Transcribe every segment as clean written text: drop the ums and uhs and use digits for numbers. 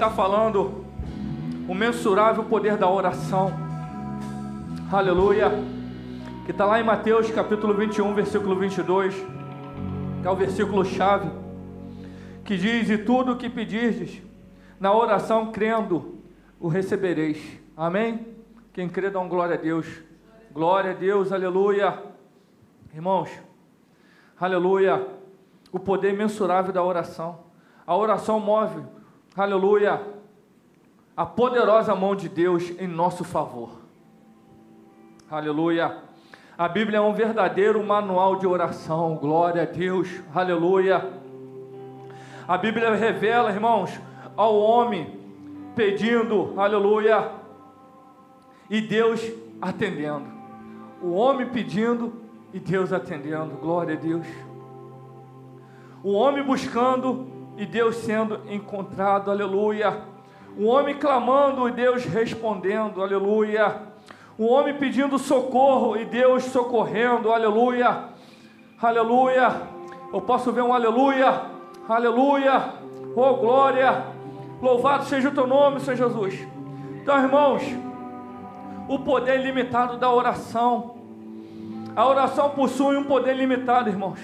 está falando o mensurável poder da oração. Aleluia. Que está lá em Mateus capítulo 21, versículo 22, que é o versículo chave, que diz: e tudo o que pedirdes na oração crendo, o recebereis. Amém? Quem crê dá um glória a Deus. Glória a Deus, aleluia. Irmãos, aleluia, o poder mensurável da oração. A oração move, aleluia, a poderosa mão de Deus em nosso favor. Aleluia. A Bíblia é um verdadeiro manual de oração. Glória a Deus, aleluia. A Bíblia revela, irmãos, ao homem pedindo, aleluia, e Deus atendendo. O homem pedindo e Deus atendendo. Glória a Deus. O homem buscando e Deus sendo encontrado. Aleluia. O homem clamando e Deus respondendo. Aleluia. O homem pedindo socorro e Deus socorrendo. Aleluia. Aleluia. Eu posso ver um aleluia. Aleluia. Oh, glória. Louvado seja o teu nome, Senhor Jesus. Então, irmãos, o poder ilimitado da oração. A oração possui um poder limitado, irmãos.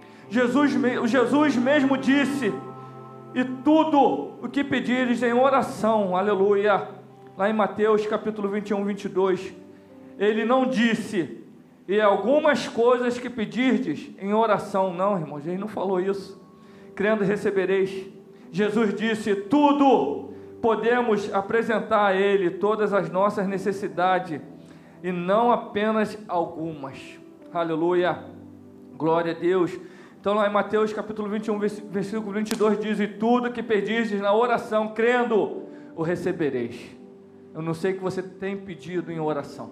Jesus mesmo disse: e tudo o que pedires em oração, aleluia, lá em Mateus capítulo 21, 22, ele não disse, e algumas coisas que pedirdes em oração, não, irmãos, ele não falou isso, crendo recebereis. Jesus disse: tudo podemos apresentar a ele, todas as nossas necessidades, e não apenas algumas. Aleluia, glória a Deus. Então lá em Mateus capítulo 21, versículo 22 diz: e tudo que pedistes na oração, crendo, o recebereis. Eu não sei o que você tem pedido em oração,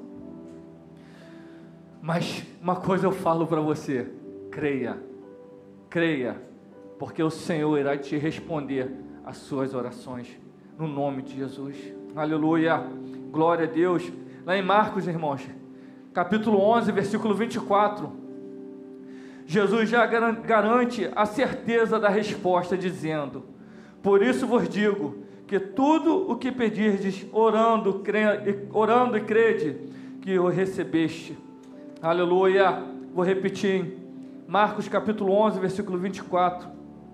mas uma coisa eu falo para você: creia, creia, porque o Senhor irá te responder às suas orações, no nome de Jesus. Aleluia, glória a Deus. Lá em Marcos, irmãos, capítulo 11, versículo 24, Jesus já garante a certeza da resposta, dizendo: por isso vos digo, que tudo o que pedirdes, orando e crede, que o recebeste. Aleluia. Vou repetir, Marcos capítulo 11, versículo 24,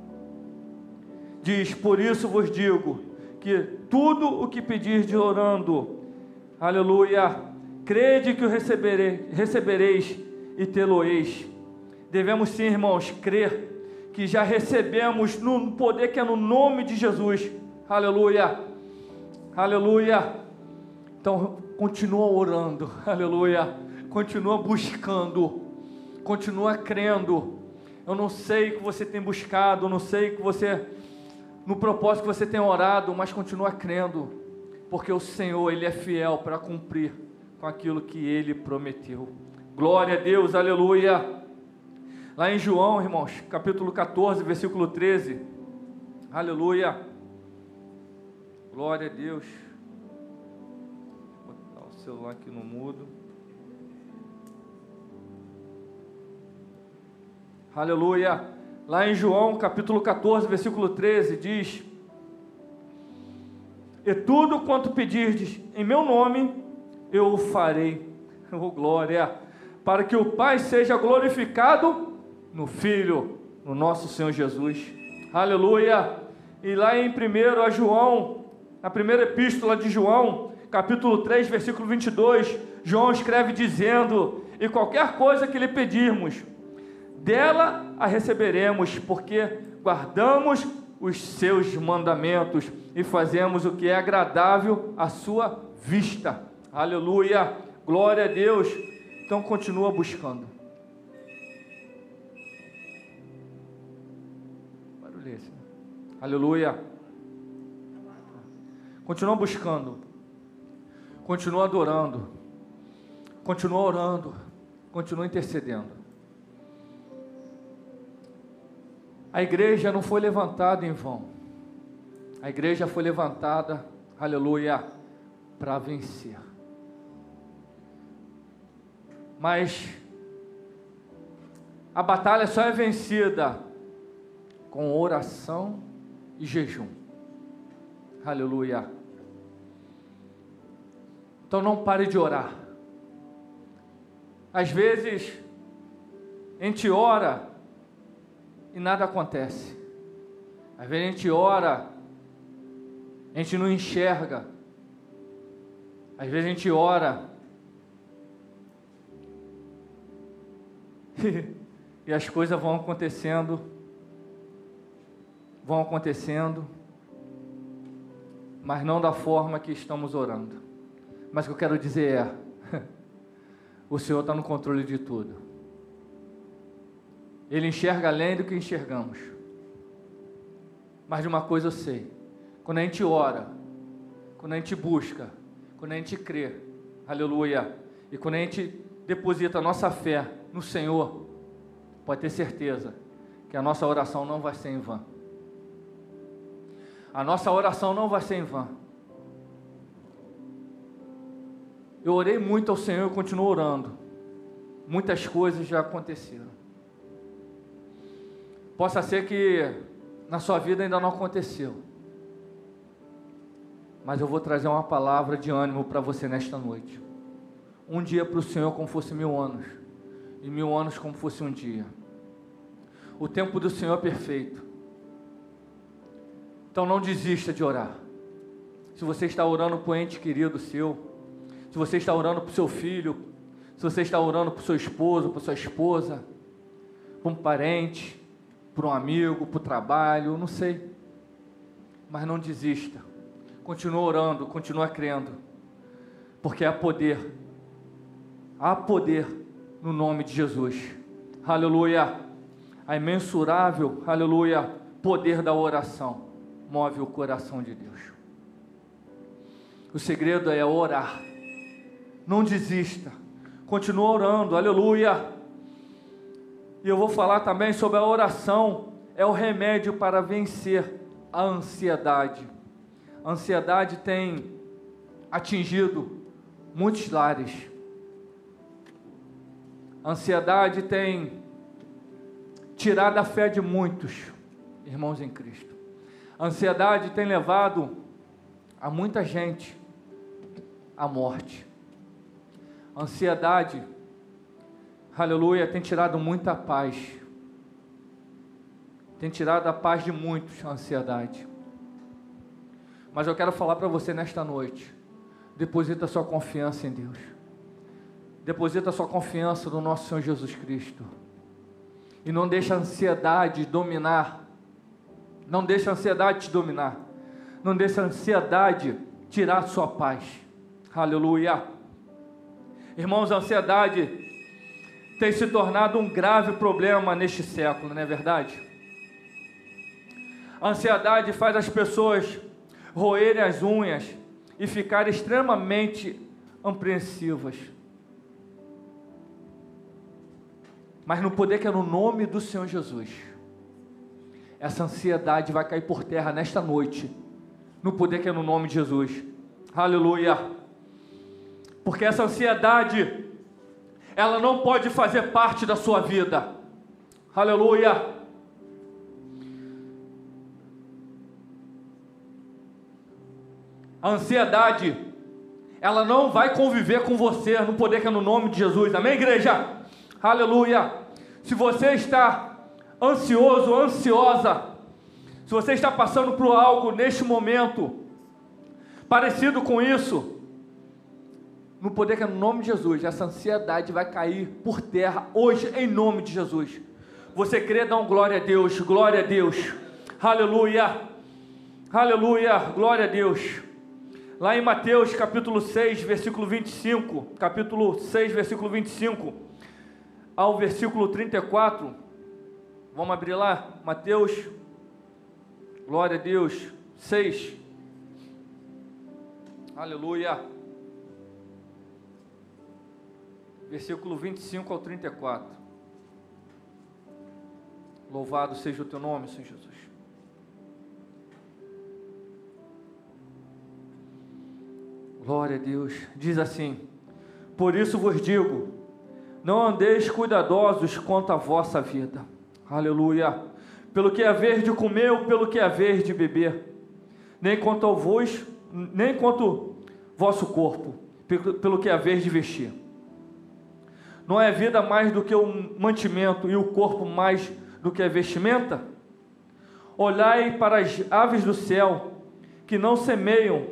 diz: por isso vos digo, que tudo o que pedirdes orando, aleluia, crede que o recebereis e tê-lo-eis. Devemos sim, irmãos, crer que já recebemos no poder que é no nome de Jesus. Aleluia, aleluia. Então continua orando, aleluia, continua buscando, continua crendo. Eu não sei o que você tem buscado, eu não sei o que você, no propósito que você tem orado, mas continua crendo, porque o Senhor, Ele é fiel para cumprir com aquilo que Ele prometeu. Glória a Deus, aleluia. Lá em João, irmãos, capítulo 14, versículo 13, aleluia, glória a Deus. Vou botar o celular aqui no mudo. Aleluia. Lá em João, capítulo 14, versículo 13, diz: e tudo quanto pedirdes em meu nome, eu o farei. Oh, glória. Para que o Pai seja glorificado no Filho, no nosso Senhor Jesus. Aleluia. E lá em 1 João, na primeira epístola de João, capítulo 3, versículo 22, João escreve dizendo: e qualquer coisa que lhe pedirmos, dela a receberemos, porque guardamos os seus mandamentos e fazemos o que é agradável à sua vista. Aleluia, glória a Deus. Então continua buscando. Barulhês. Aleluia. Continua buscando. Continua adorando. Continua orando. Continua intercedendo. A igreja não foi levantada em vão. A igreja foi levantada, aleluia, para vencer. Mas a batalha só é vencida com oração e jejum. Aleluia. Então não pare de orar. Às vezes, a gente ora e nada acontece. Às vezes a gente ora, a gente não enxerga. Às vezes a gente ora e as coisas vão acontecendo, mas não da forma que estamos orando. Mas o que eu quero dizer é, o Senhor está no controle de tudo. Ele enxerga além do que enxergamos. Mas de uma coisa eu sei, quando a gente ora, quando a gente busca, quando a gente crê, aleluia, e quando a gente deposita a nossa fé no Senhor, pode ter certeza que a nossa oração não vai ser em vão. A nossa oração não vai ser em vão. Eu orei muito ao Senhor e continuo orando. Muitas coisas já aconteceram. Possa ser que na sua vida ainda não aconteceu. Mas eu vou trazer uma palavra de ânimo para você nesta noite. Um dia para o Senhor como fosse 1000 anos. E 1000 anos como fosse um dia. O tempo do Senhor é perfeito. Então não desista de orar. Se você está orando por um ente querido seu, se você está orando por seu filho, se você está orando por seu esposo, por sua esposa, por um parente, por um amigo, por trabalho, não sei. Mas não desista. Continua orando, continua crendo. Porque há poder no nome de Jesus. Aleluia. A imensurável, aleluia, poder da oração move o coração de Deus. O segredo é orar. Não desista. Continua orando, aleluia. E eu vou falar também sobre a oração. É o remédio para vencer a ansiedade. A ansiedade tem atingido muitos lares. A ansiedade tem tirado a fé de muitos irmãos em Cristo. A ansiedade tem levado a muita gente à morte. A ansiedade, aleluia, tem tirado muita paz. Tem tirado a paz de muitos, a ansiedade. Mas eu quero falar para você nesta noite. Deposita sua confiança em Deus. Deposita sua confiança no nosso Senhor Jesus Cristo. E não deixa a ansiedade dominar. Não deixa a ansiedade te dominar. Não deixa a ansiedade tirar a sua paz. Aleluia. Irmãos, a ansiedade tem se tornado um grave problema neste século, não é verdade? A ansiedade faz as pessoas roerem as unhas e ficarem extremamente apreensivas. Mas no poder que é no nome do Senhor Jesus, essa ansiedade vai cair por terra nesta noite, no poder que é no nome de Jesus. Aleluia. Porque essa ansiedade, ela não pode fazer parte da sua vida. Aleluia. A ansiedade, ela não vai conviver com você no poder que é no nome de Jesus. Amém, igreja? Aleluia. Se você está ansioso, ansiosa, se você está passando por algo neste momento parecido com isso, no poder que é no nome de Jesus, essa ansiedade vai cair por terra hoje em nome de Jesus. Você crê? Dá um glória a Deus, glória a Deus. Aleluia. Aleluia, glória a Deus. Lá em Mateus capítulo 6, versículo 25, capítulo 6, versículo 25 ao versículo 34, vamos abrir lá, Mateus, glória a Deus, 6, aleluia, versículo 25 ao 34, louvado seja o teu nome, Senhor Jesus. Glória a Deus. Diz assim: por isso vos digo, não andeis cuidadosos quanto à vossa vida. Aleluia. Pelo que haver de comer ou pelo que haver de beber. nem quanto ao vosso corpo, pelo que haveis de vestir. Não é vida mais do que o mantimento, e o corpo mais do que a vestimenta? Olhai para as aves do céu, que não semeiam,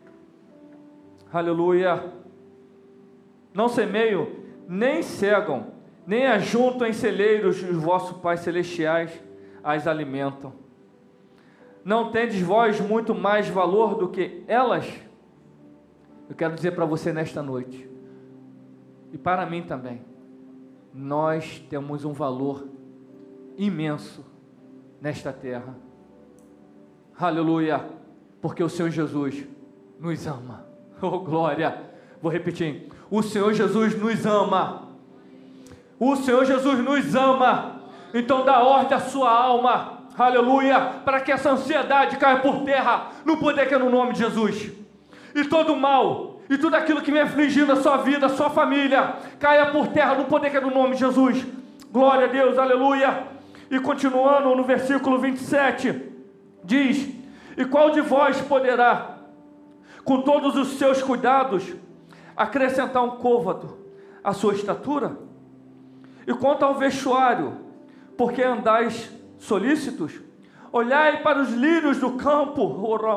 aleluia, não semeiam, nem cegam, nem ajuntam em celeiros, os vossos pais celestiais as alimentam. Não tendes vós muito mais valor do que elas? Eu quero dizer para você nesta noite, e para mim também, nós temos um valor imenso nesta terra, aleluia, porque o Senhor Jesus nos ama. Oh glória, vou repetir, o Senhor Jesus nos ama, o Senhor Jesus nos ama. Então dá ordem à sua alma, aleluia, para que essa ansiedade caia por terra, no poder que é no nome de Jesus, e todo mal, e tudo aquilo que vem afligindo a sua vida, a sua família, caia por terra, no poder que é no nome de Jesus. Glória a Deus, aleluia. E continuando no versículo 27, diz: e qual de vós poderá, com todos os seus cuidados, acrescentar um côvado à sua estatura? E quanto ao vestuário, porque andais solícitos? Olhai para os lírios do campo,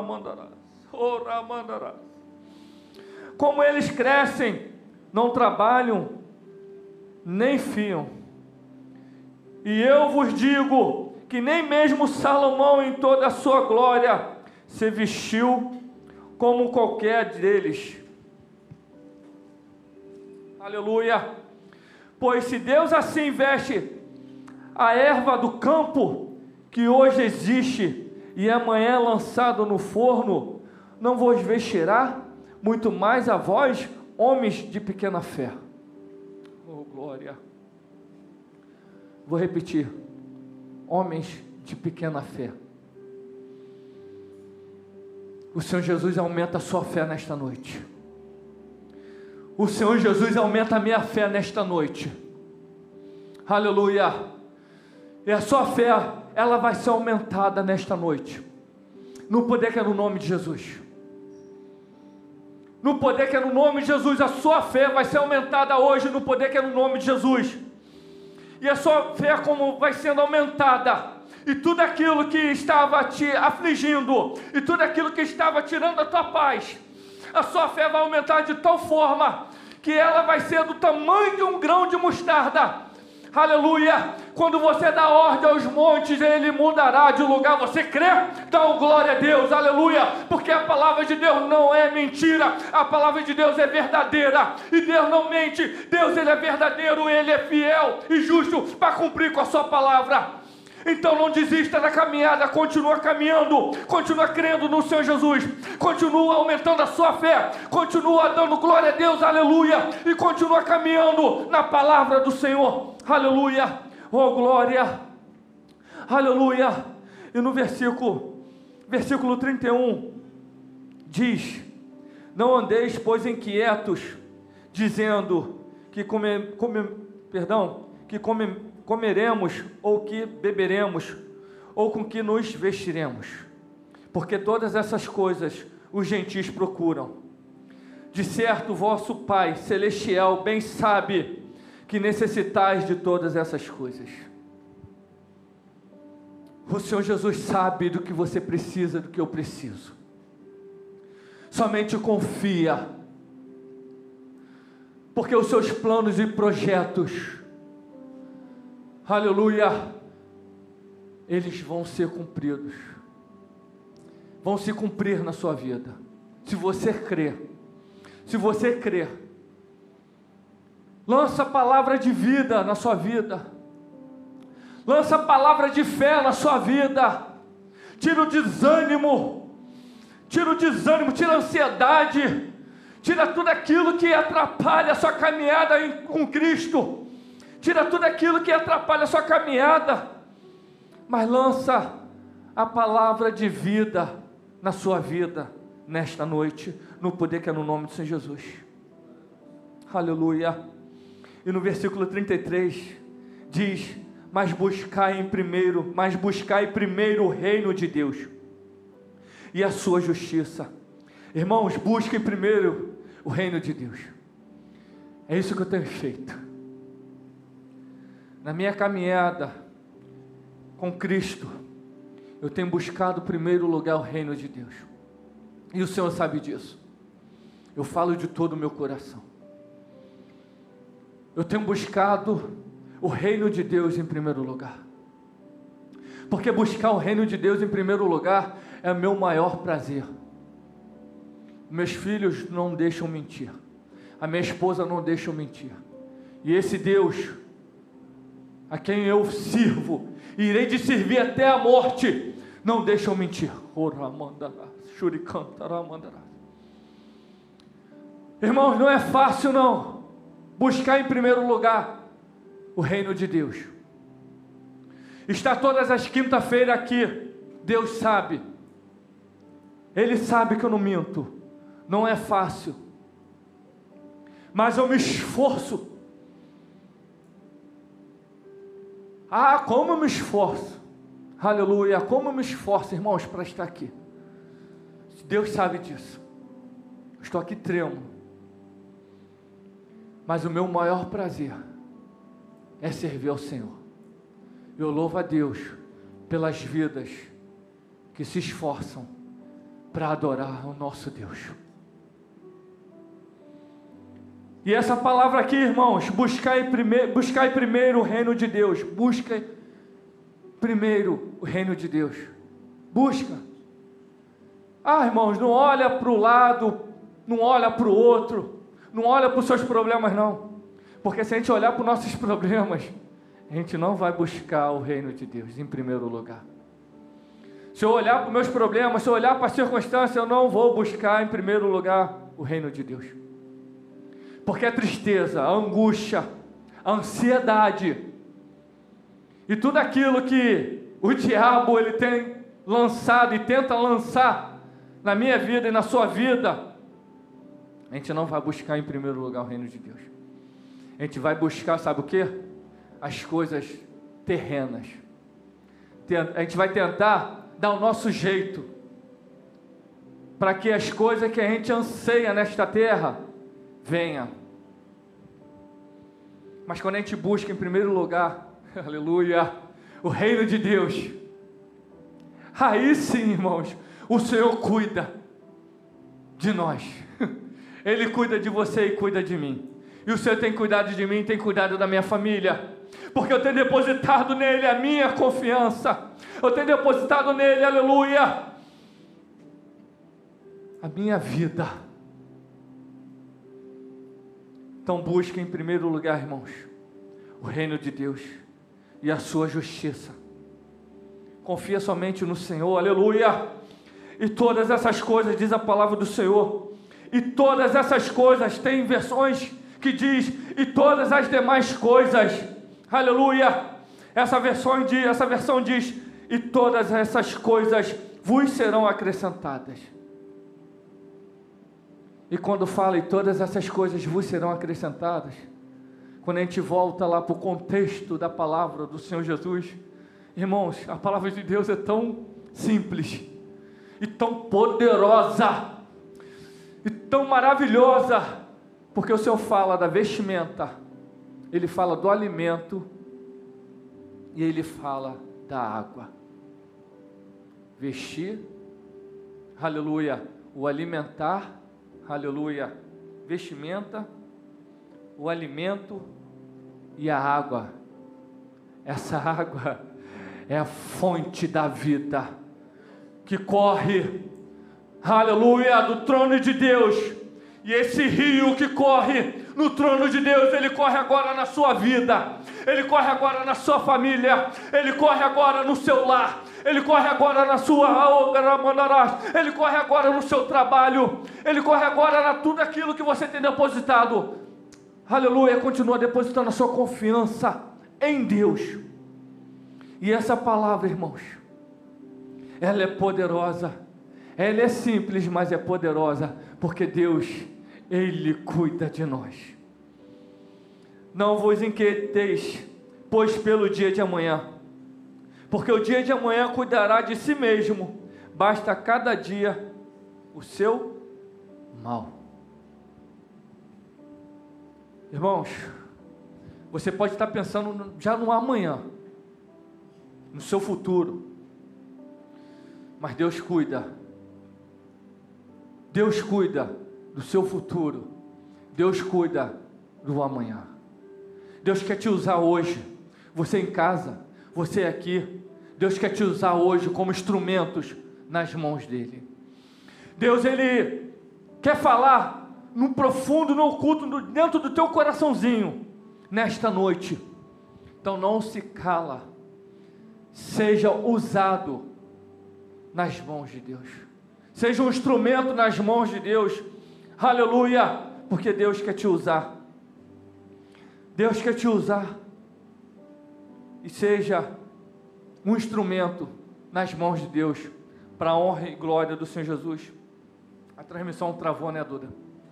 como eles crescem, não trabalham, nem fiam. E eu vos digo que nem mesmo Salomão, em toda a sua glória, se vestiu como qualquer deles. Aleluia. Pois se Deus assim veste a erva do campo, que hoje existe e amanhã é lançado no forno, não vos vestirá muito mais a vós, homens de pequena fé? Oh glória. Vou repetir, homens de pequena fé. O Senhor Jesus aumenta a sua fé nesta noite. O Senhor Jesus aumenta a minha fé nesta noite. Aleluia. E a sua fé, ela vai ser aumentada nesta noite, no poder que é no nome de Jesus. No poder que é no nome de Jesus, a sua fé vai ser aumentada hoje, no poder que é no nome de Jesus. E a sua fé como vai sendo aumentada, e tudo aquilo que estava te afligindo, e tudo aquilo que estava tirando a tua paz, a sua fé vai aumentar de tal forma, que ela vai ser do tamanho de um grão de mostarda. Aleluia. Quando você dá ordem aos montes, ele mudará de lugar. Você crê? Então glória a Deus, aleluia, porque a palavra de Deus não é mentira, a palavra de Deus é verdadeira, e Deus não mente. Deus, ele é verdadeiro, ele é fiel e justo para cumprir com a sua palavra. Então não desista da caminhada, continua caminhando, continua crendo no Senhor Jesus, continua aumentando a sua fé, continua dando glória a Deus, aleluia, e continua caminhando na palavra do Senhor, aleluia, oh glória, aleluia. E no versículo 31 diz: não andeis, pois, inquietos, dizendo que comeremos, ou que beberemos, ou com que nos vestiremos, porque todas essas coisas os gentios procuram. De certo, vosso Pai Celestial bem sabe que necessitais de todas essas coisas. O Senhor Jesus sabe do que você precisa, do que eu preciso. Somente confia, porque os seus planos e projetos, aleluia, eles vão ser cumpridos, vão se cumprir na sua vida, se você crer. Se você crer, lança a palavra de vida na sua vida, lança a palavra de fé na sua vida, tira o desânimo, tira a ansiedade, tira tudo aquilo que atrapalha a sua caminhada com Cristo, tira tudo aquilo que atrapalha a sua caminhada, mas lança a palavra de vida na sua vida, nesta noite, no poder que é no nome do Senhor Jesus, aleluia. E no versículo 33 diz: mas buscai primeiro o reino de Deus e a sua justiça. Irmãos, busquem primeiro o reino de Deus. É isso que eu tenho feito. Na minha caminhada com Cristo, eu tenho buscado em primeiro lugar o reino de Deus. E o Senhor sabe disso. Eu falo de todo o meu coração. Eu tenho buscado o reino de Deus em primeiro lugar. Porque buscar o reino de Deus em primeiro lugar é o meu maior prazer. Meus filhos não deixam mentir. A minha esposa não deixa eu mentir. E esse Deus, a quem eu sirvo, e irei de servir até a morte, não deixa eu mentir. Irmãos, não é fácil não, buscar em primeiro lugar o reino de Deus. Está todas as quinta-feiras aqui, Deus sabe. Ele sabe que eu não minto. Não é fácil. Mas eu me esforço. Ah, como eu me esforço. Aleluia, como eu me esforço, irmãos, para estar aqui. Deus sabe disso. Estou aqui tremo. Mas o meu maior prazer é servir ao Senhor. Eu louvo a Deus pelas vidas que se esforçam para adorar o nosso Deus. E essa palavra aqui, irmãos, buscai primeiro o reino de Deus. Busca primeiro o reino de Deus. Busca. Ah, irmãos, não olha para o lado, não olha para o outro, não olha para os seus problemas, não. Porque se a gente olhar para os nossos problemas, a gente não vai buscar o reino de Deus em primeiro lugar. Se eu olhar para os meus problemas, se eu olhar para as circunstâncias, eu não vou buscar em primeiro lugar o reino de Deus. Porque a tristeza, a angústia, a ansiedade e tudo aquilo que o diabo ele tem lançado e tenta lançar na minha vida e na sua vida, a gente não vai buscar em primeiro lugar o reino de Deus. A gente vai buscar, sabe o quê? As coisas terrenas. A gente vai tentar dar o nosso jeito para que as coisas que a gente anseia nesta terra venha. Mas quando a gente busca em primeiro lugar, aleluia, o reino de Deus, aí sim, irmãos, o Senhor cuida de nós. Ele cuida de você e cuida de mim. E o Senhor tem cuidado de mim, tem cuidado da minha família. Porque eu tenho depositado nele a minha confiança. Eu tenho depositado nele, aleluia, a minha vida. Então busque em primeiro lugar, irmãos, o reino de Deus e a sua justiça. Confia somente no Senhor, aleluia. E todas essas coisas, diz a palavra do Senhor, e todas essas coisas, tem versões que diz, e todas as demais coisas, aleluia. Essa versão diz, e todas essas coisas vos serão acrescentadas. E quando fala, e todas essas coisas vos serão acrescentadas, quando a gente volta lá para o contexto da palavra do Senhor Jesus, irmãos, a palavra de Deus é tão simples, e tão poderosa, e tão maravilhosa, porque o Senhor fala da vestimenta, Ele fala do alimento, e Ele fala da água. Vestir, aleluia, o alimentar, aleluia, vestimenta, o alimento e a água. Essa água é a fonte da vida, que corre, aleluia, do trono de Deus. E esse rio que corre no trono de Deus, ele corre agora na sua vida, ele corre agora na sua família, ele corre agora no seu lar, ele corre agora na sua, ele corre agora no seu trabalho, ele corre agora na tudo aquilo que você tem depositado. Aleluia, continua depositando a sua confiança em Deus. E essa palavra, irmãos, ela é poderosa, ela é simples, mas é poderosa, porque Deus, Ele cuida de nós. Não vos inquieteis, pois pelo dia de amanhã, porque o dia de amanhã cuidará de si mesmo, basta cada dia o seu mal. Irmãos, você pode estar pensando já no amanhã, no seu futuro, mas Deus cuida. Deus cuida do seu futuro. Deus cuida do amanhã. Deus quer te usar hoje, você em casa, você aqui. Deus quer te usar hoje como instrumentos nas mãos dele. Deus, ele quer falar no profundo, no oculto, dentro do teu coraçãozinho, nesta noite. Então não se cala, seja usado nas mãos de Deus, seja um instrumento nas mãos de Deus, aleluia, porque Deus quer te usar. Deus quer te usar, e seja um instrumento nas mãos de Deus, para a honra e glória do Senhor Jesus. A transmissão travou, né, Duda?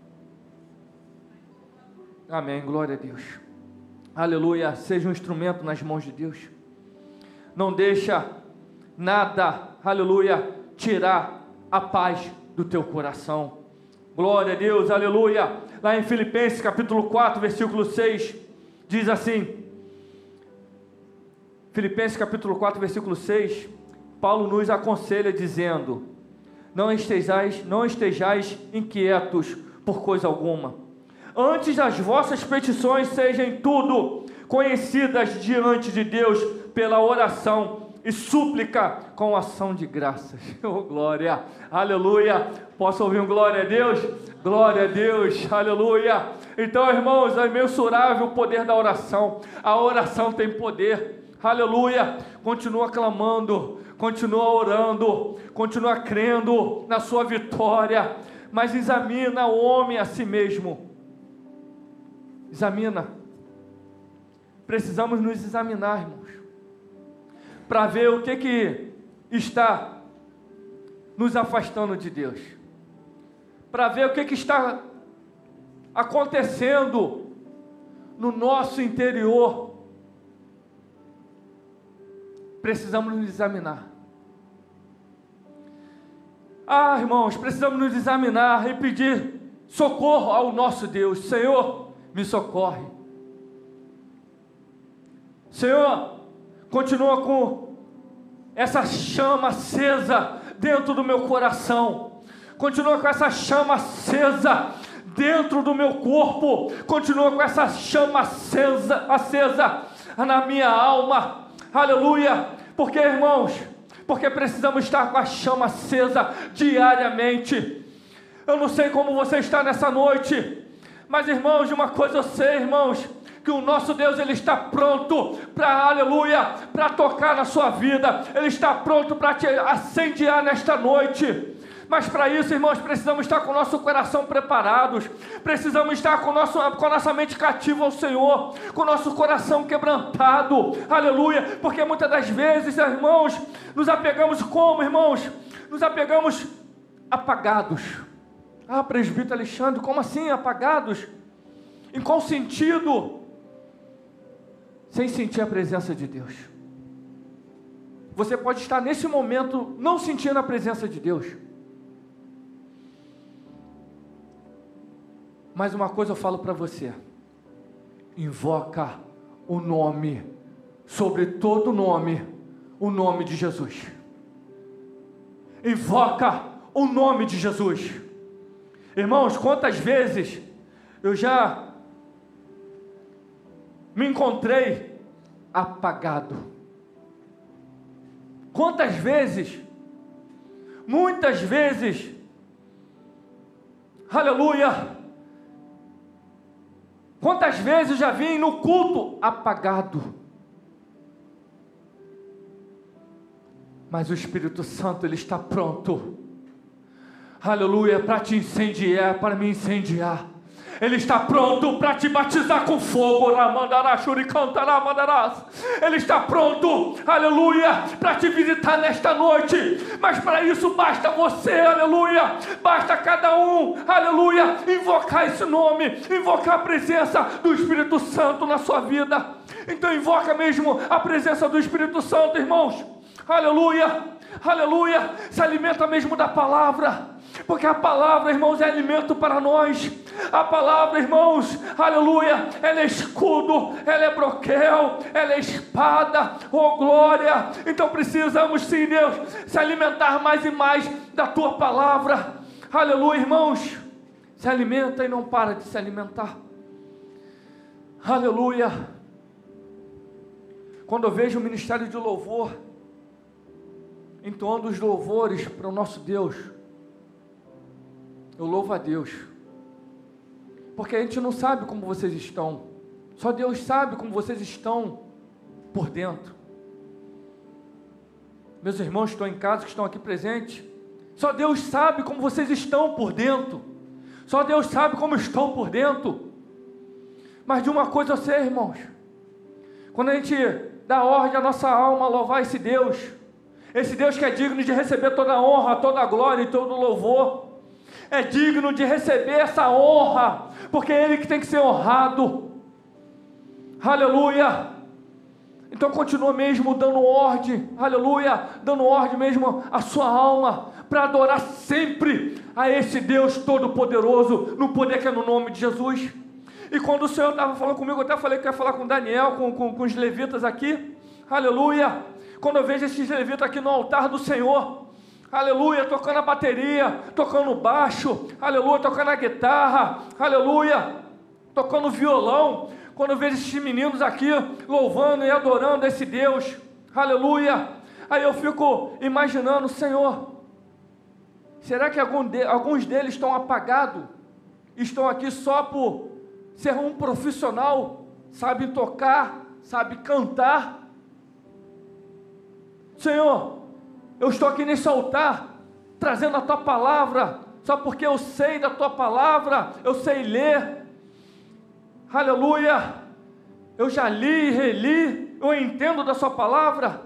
Amém, glória a Deus, aleluia, seja um instrumento nas mãos de Deus. Não deixa nada, aleluia, tirar a paz do teu coração. Glória a Deus, aleluia. Lá em Filipenses capítulo 4, versículo 6, diz assim, Filipenses capítulo 4, versículo 6, Paulo nos aconselha dizendo: não estejais inquietos por coisa alguma, antes as vossas petições sejam tudo conhecidas diante de Deus pela oração e súplica com ação de graças. Oh, glória, aleluia. Posso ouvir um glória a Deus? Glória a Deus, aleluia. Então, irmãos, é imensurável o poder da oração. A oração tem poder, aleluia. Continua clamando, continua orando, continua crendo na sua vitória, mas examina o homem a si mesmo. Examina. Precisamos nos examinar, irmãos, para ver o que está nos afastando de Deus, para ver o que está acontecendo no nosso interior. Precisamos nos examinar. Irmãos, precisamos nos examinar e pedir socorro ao nosso Deus. Senhor, me socorre. Senhor, continua com essa chama acesa dentro do meu coração. Continua com essa chama acesa dentro do meu corpo. Continua com essa chama acesa na minha alma. Aleluia. Porque, irmãos, porque precisamos estar com a chama acesa diariamente. Eu não sei como você está nessa noite, mas, irmãos, de uma coisa eu sei, irmãos, que o nosso Deus, Ele está pronto para, aleluia, para tocar na sua vida. Ele está pronto para te incendiar nesta noite. Mas para isso, irmãos, precisamos estar com o nosso coração preparados. Precisamos estar com a nossa mente cativa ao Senhor, com o nosso coração quebrantado, aleluia. Porque muitas das vezes, irmãos, nos apegamos como, irmãos? Nos apegamos apagados. Presbítero Alexandre, como assim apagados? Em qual sentido? Sem sentir a presença de Deus. Você pode estar nesse momento não sentindo a presença de Deus. Mas uma coisa eu falo para você: invoca o nome, sobre todo nome, o nome de Jesus. Invoca o nome de Jesus. Irmãos, quantas vezes eu já me encontrei apagado? Quantas vezes? Muitas vezes, aleluia. Quantas vezes eu já vim no culto apagado? Mas o Espírito Santo, Ele está pronto, aleluia, para te incendiar, para me incendiar. Ele está pronto para te batizar com fogo. Ele está pronto, aleluia, para te visitar nesta noite. Mas para isso basta você, aleluia, basta cada um, aleluia, invocar esse nome, invocar a presença do Espírito Santo na sua vida. Então invoca mesmo a presença do Espírito Santo, irmãos, aleluia. aleluia, se alimenta mesmo da palavra, porque a palavra, irmãos, é alimento para nós. A palavra, irmãos, aleluia, ela é escudo, ela é broquel, ela é espada, oh glória. Então precisamos sim, Deus, se alimentar mais e mais da tua palavra, aleluia, irmãos. Se alimenta e não para de se alimentar, aleluia. Quando eu vejo o ministério de louvor entoando os louvores para o nosso Deus, eu louvo a Deus, porque a gente não sabe como vocês estão, só Deus sabe como vocês estão por dentro. Meus irmãos que estão em casa, que estão aqui presentes, só Deus sabe como vocês estão por dentro, só Deus sabe como estão por dentro. Mas de uma coisa eu sei, irmãos, quando a gente dá ordem à nossa alma a louvar esse Deus que é digno de receber toda a honra, toda a glória e todo o louvor, é digno de receber essa honra, porque é Ele que tem que ser honrado, aleluia. Então continua mesmo dando ordem, aleluia, dando ordem mesmo à sua alma, para adorar sempre a esse Deus todo-poderoso, no poder que é no nome de Jesus. E quando o Senhor estava falando comigo, eu até falei que ia falar com Daniel, com os levitas aqui, aleluia. Quando eu vejo esses levitas aqui no altar do Senhor, aleluia, tocando a bateria, tocando o baixo, aleluia, tocando a guitarra, aleluia, tocando o violão, quando eu vejo esses meninos aqui louvando e adorando esse Deus, aleluia, aí eu fico imaginando, Senhor, será que alguns deles estão apagados, estão aqui só por ser um profissional, sabe tocar, sabe cantar? Senhor, eu estou aqui nesse altar, trazendo a Tua palavra, só porque eu sei da Tua palavra, eu sei ler, aleluia, eu já li, reli, eu entendo da Sua palavra.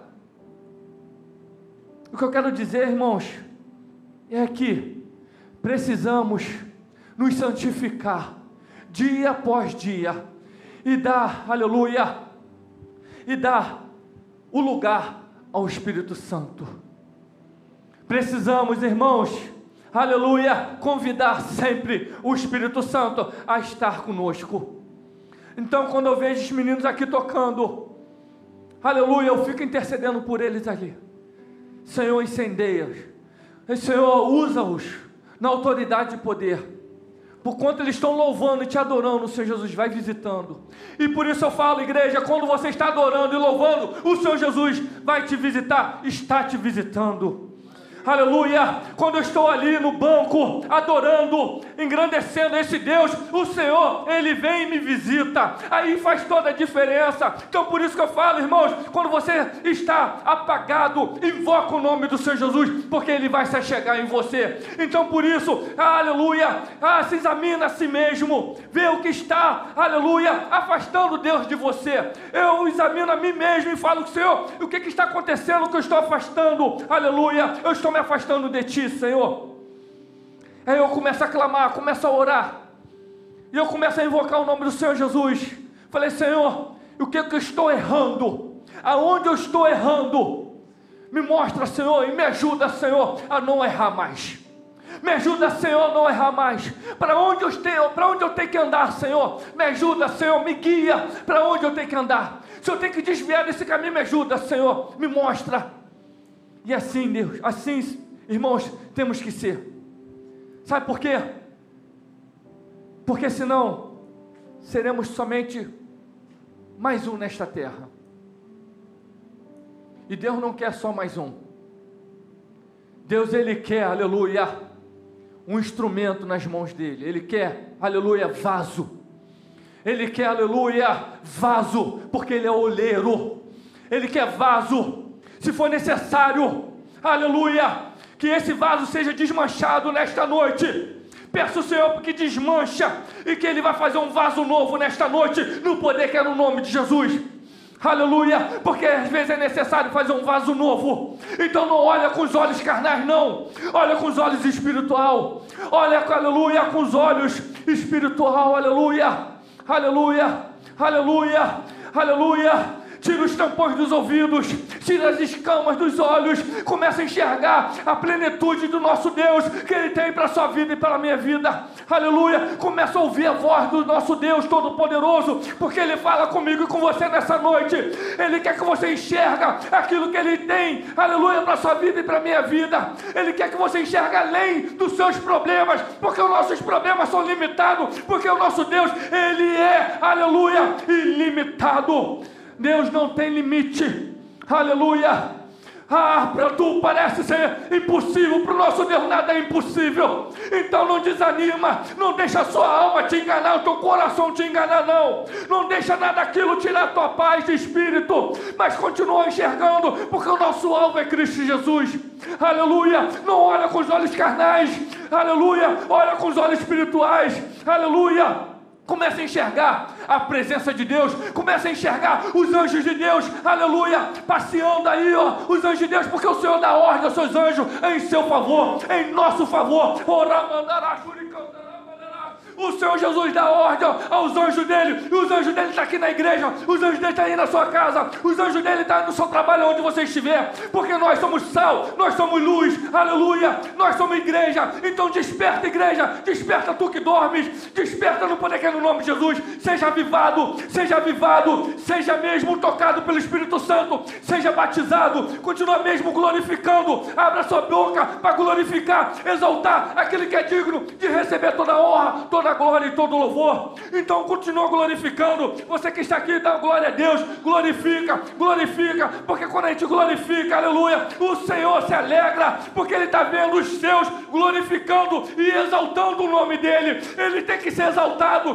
O que eu quero dizer, irmãos, é que precisamos nos santificar, dia após dia, e dar, aleluia, e dar o lugar ao Espírito Santo. Precisamos, irmãos, aleluia, convidar sempre o Espírito Santo a estar conosco. Então quando eu vejo os meninos aqui tocando, aleluia, eu fico intercedendo por eles ali. Senhor, incendeia-os, Senhor, usa-os na autoridade e poder, por quanto eles estão louvando e te adorando, o Senhor Jesus vai visitando. E por isso eu falo, igreja, quando você está adorando e louvando, o Senhor Jesus vai te visitar, está te visitando. Aleluia, quando eu estou ali no banco, adorando, engrandecendo esse Deus, o Senhor, Ele vem e me visita, aí faz toda a diferença. Então por isso que eu falo, irmãos, quando você está apagado, invoca o nome do Senhor Jesus, porque Ele vai se achegar em você. Então por isso, aleluia, se examina a si mesmo, vê o que está, aleluia, afastando Deus de você. Eu examino a mim mesmo e falo, Senhor, o que está acontecendo que eu estou afastando, aleluia, eu estou me afastando de Ti, Senhor. Aí eu começo a clamar, começo a orar, e eu começo a invocar o nome do Senhor Jesus. Falei, Senhor, o que eu estou errando? Aonde eu estou errando? Me mostra, Senhor, e me ajuda, Senhor, a não errar mais. Me ajuda, Senhor, a não errar mais. Para onde eu tenho que andar, Senhor? Me ajuda, Senhor, me guia para onde eu tenho que andar. Se eu tenho que desviar desse caminho, me ajuda, Senhor, me mostra. E assim, Deus, assim, irmãos, temos que ser. Sabe por quê? Porque senão seremos somente mais um nesta terra. E Deus não quer só mais um. Deus, Ele quer, aleluia, um instrumento nas mãos dEle. Ele quer, aleluia, vaso. Ele quer, aleluia, vaso, porque Ele é oleiro. Ele quer vaso. Se for necessário, aleluia, que esse vaso seja desmanchado nesta noite, peço ao Senhor que desmancha, e que Ele vai fazer um vaso novo nesta noite, no poder que é no nome de Jesus, aleluia, porque às vezes é necessário fazer um vaso novo. Então não olha com os olhos carnais não, olha com os olhos espiritual, olha, aleluia, com os olhos espiritual, aleluia, aleluia, aleluia, aleluia. Tira os tampões dos ouvidos. tira as escamas dos olhos, começa a enxergar a plenitude do nosso Deus, que Ele tem para a sua vida e para a minha vida. Aleluia. Começa a ouvir a voz do nosso Deus Todo-Poderoso, porque Ele fala comigo e com você nessa noite. Ele quer que você enxerga aquilo que Ele tem, aleluia, para a sua vida e para a minha vida. Ele quer que você enxergue além dos seus problemas, porque os nossos problemas são limitados, porque o nosso Deus, Ele é, aleluia, ilimitado. Deus não tem limite, aleluia. Para tu parece ser impossível, para o nosso Deus nada é impossível. Então não desanima, não deixa a sua alma te enganar, o teu coração te enganar, não deixa nada daquilo tirar a tua paz de espírito, mas continua enxergando, porque o nosso alvo é Cristo Jesus, aleluia. Não olha com os olhos carnais, aleluia, olha com os olhos espirituais, aleluia. Comece a enxergar a presença de Deus, comece a enxergar os anjos de Deus, aleluia, passeando aí, os anjos de Deus, porque o Senhor dá ordem aos seus anjos em seu favor, em nosso favor. O Senhor Jesus dá ordem aos anjos dele, e os anjos dele estão aqui na igreja, os anjos dele estão aí na sua casa, os anjos dele estão no seu trabalho, onde você estiver, porque nós somos sal, nós somos luz, aleluia, nós somos igreja. Então desperta, igreja, desperta tu que dormes, desperta no poder que é no nome de Jesus. Seja avivado, seja mesmo tocado pelo Espírito Santo, seja batizado, continua mesmo glorificando, abra sua boca para glorificar, exaltar aquele que é digno de receber toda a honra, toda a glória e todo o louvor. Então continua glorificando. Você que está aqui, dá glória a Deus, glorifica, porque quando a gente glorifica, aleluia, o Senhor se alegra, porque Ele está vendo os seus glorificando e exaltando o nome dEle. Ele tem que ser exaltado,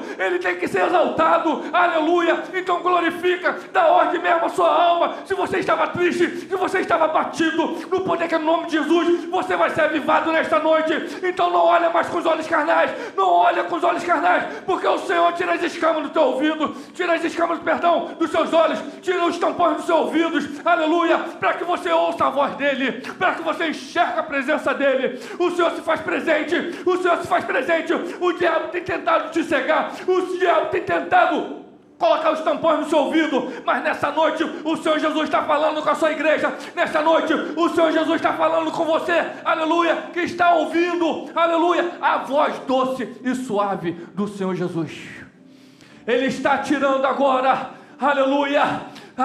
aleluia. Então glorifica, dá ordem mesmo à sua alma. Se você estava triste, se você estava batido, no poder que é no nome de Jesus, você vai ser avivado nesta noite. Então não olha mais com os olhos carnais, não olha com os olhos carnais, porque o Senhor tira as escamas do teu ouvido, tira as escamas, dos seus olhos, tira os tampões dos seus ouvidos, aleluia, para que você ouça a voz dEle, para que você enxergue a presença dEle. O Senhor se faz presente, o diabo tem tentado te cegar, o diabo tem tentado colocar os tampões no seu ouvido, mas nessa noite o Senhor Jesus está falando com a sua igreja. Nessa noite o Senhor Jesus está falando com você, aleluia, que está ouvindo, aleluia, a voz doce e suave do Senhor Jesus. Ele está tirando agora, aleluia,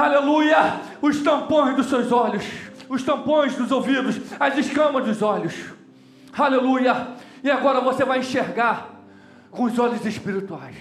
os tampões dos seus olhos, os tampões dos ouvidos, as escamas dos olhos, aleluia. E agora você vai enxergar com os olhos espirituais,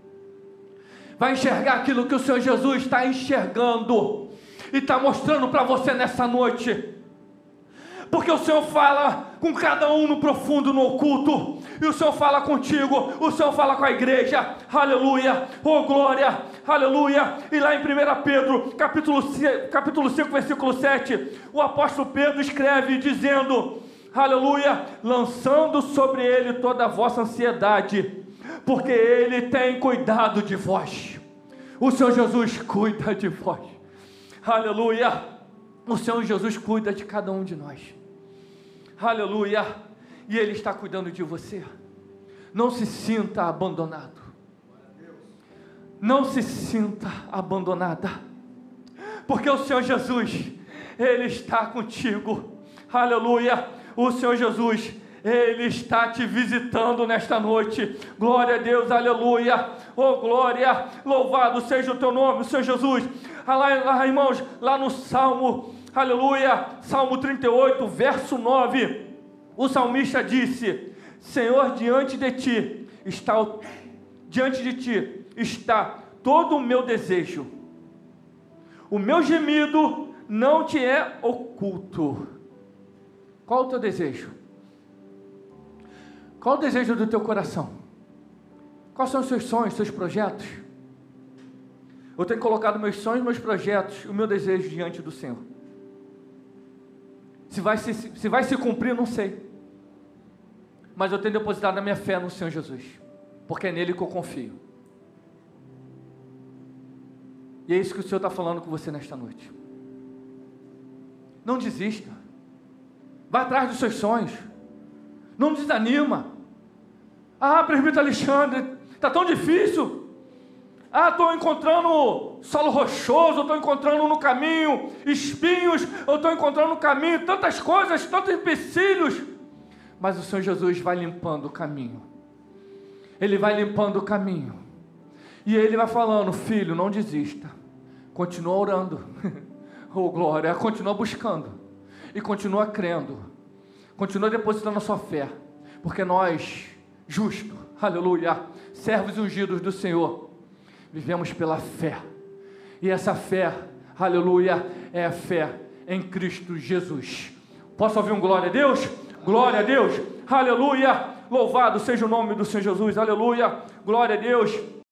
vai enxergar aquilo que o Senhor Jesus está enxergando e está mostrando para você nessa noite, porque o Senhor fala com cada um no profundo, no oculto, e o Senhor fala contigo, o Senhor fala com a igreja, aleluia, oh glória, aleluia. E lá em 1 Pedro, capítulo 5, versículo 7, o apóstolo Pedro escreve dizendo, aleluia, lançando sobre ele toda a vossa ansiedade, porque Ele tem cuidado de vós. O Senhor Jesus cuida de vós, aleluia. O Senhor Jesus cuida de cada um de nós, aleluia. E Ele está cuidando de você. Não se sinta abandonado, não se sinta abandonada, porque o Senhor Jesus, Ele está contigo, aleluia. O Senhor Jesus, Ele está te visitando nesta noite. Glória a Deus, aleluia. Oh glória, louvado seja o teu nome, Senhor Jesus. Lá, irmãos, lá no Salmo, aleluia, Salmo 38, verso 9, o salmista disse, Senhor, diante de ti está todo o meu desejo, o meu gemido não te é oculto. Qual o teu desejo? Qual o desejo do teu coração? Quais são os seus sonhos, seus projetos? Eu tenho colocado meus sonhos, meus projetos, o meu desejo diante do Senhor. Se vai se cumprir, não sei. Mas eu tenho depositado a minha fé no Senhor Jesus, porque é nele que eu confio. E é isso que o Senhor está falando com você nesta noite. Não desista. Vá atrás dos seus sonhos. Não desanima. Ah, presbítero Alexandre, está tão difícil. Estou encontrando solo rochoso, estou encontrando no caminho espinhos, eu estou encontrando no caminho tantas coisas, tantos empecilhos. Mas o Senhor Jesus vai limpando o caminho. Ele vai limpando o caminho. E Ele vai falando: filho, não desista. Continua orando. Oh, glória. Continua buscando. E continua crendo. Continua depositando a sua fé. Porque nós, justos, aleluia, servos ungidos do Senhor, vivemos pela fé. E essa fé, aleluia, é a fé em Cristo Jesus. Posso ouvir um glória a Deus? Glória a Deus, aleluia, louvado seja o nome do Senhor Jesus, aleluia, glória a Deus.